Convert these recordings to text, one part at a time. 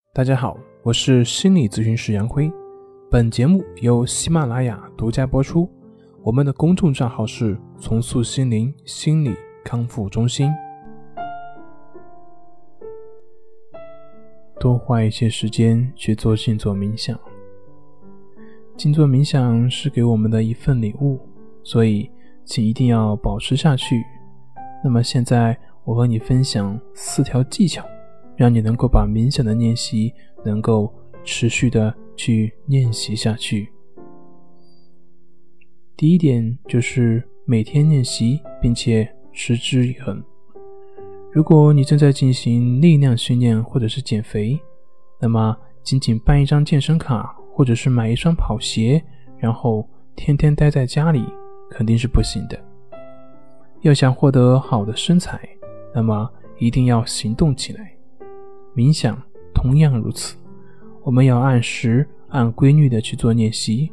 大家好，我是心理咨询师杨辉，本节目由喜马拉雅独家播出。我们的公众账号是重塑心灵心理康复中心。多花一些时间去做静坐冥想。静坐冥想是给我们的一份礼物，所以请一定要保持下去。那么现在我和你分享4条技巧，让你能够把冥想的练习能够持续的去练习下去。第一点就是每天练习并且持之以恒。如果你正在进行力量训练或者是减肥，那么仅仅办一张健身卡或者是买一双跑鞋，然后天天待在家里肯定是不行的。要想获得好的身材，那么一定要行动起来。冥想同样如此，我们要按时按规律的去做练习。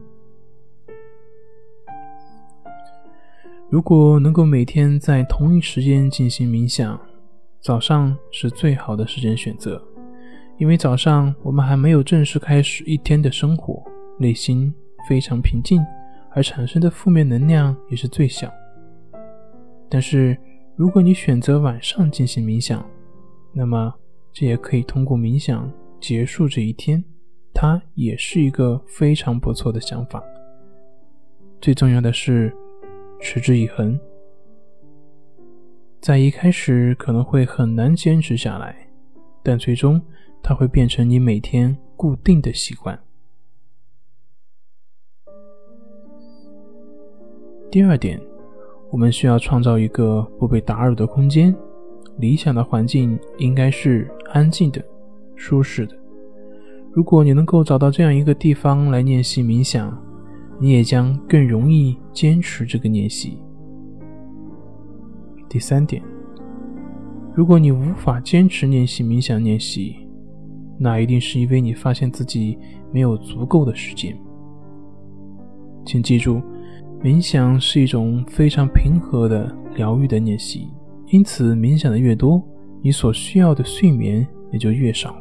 如果能够每天在同一时间进行冥想，早上是最好的时间选择，因为早上我们还没有正式开始一天的生活，内心非常平静，而产生的负面能量也是最小。但是如果你选择晚上进行冥想，那么这也可以通过冥想结束这一天，它也是一个非常不错的想法。最重要的是持之以恒。在一开始可能会很难坚持下来，但最终它会变成你每天固定的习惯。第二点，我们需要创造一个不被打扰的空间，理想的环境应该是安静的、舒适的。如果你能够找到这样一个地方来练习冥想，你也将更容易坚持这个练习。第三点，如果你无法坚持练习冥想练习，那一定是因为你发现自己没有足够的时间。请记住，冥想是一种非常平和的疗愈的练习，因此冥想的越多，你所需要的睡眠也就越少。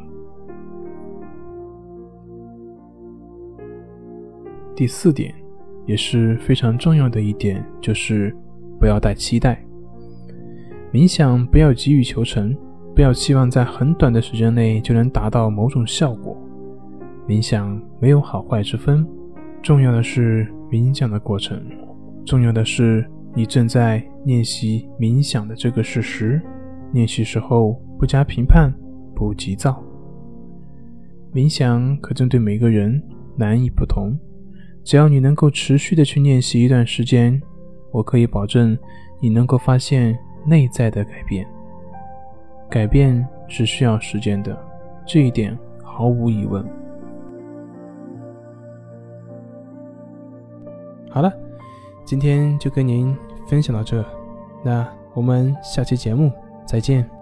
第4点，也是非常重要的一点，就是不要带期待。冥想不要急于求成，不要期望在很短的时间内就能达到某种效果。冥想没有好坏之分，重要的是冥想的过程，重要的是你正在练习冥想的这个事实。练习时候不加评判，不急躁。冥想可针对每个人，难易不同。只要你能够持续的去练习一段时间，我可以保证你能够发现内在的改变。改变是需要时间的，这一点毫无疑问。好了，今天就跟您分享到这，那我们下期节目再见。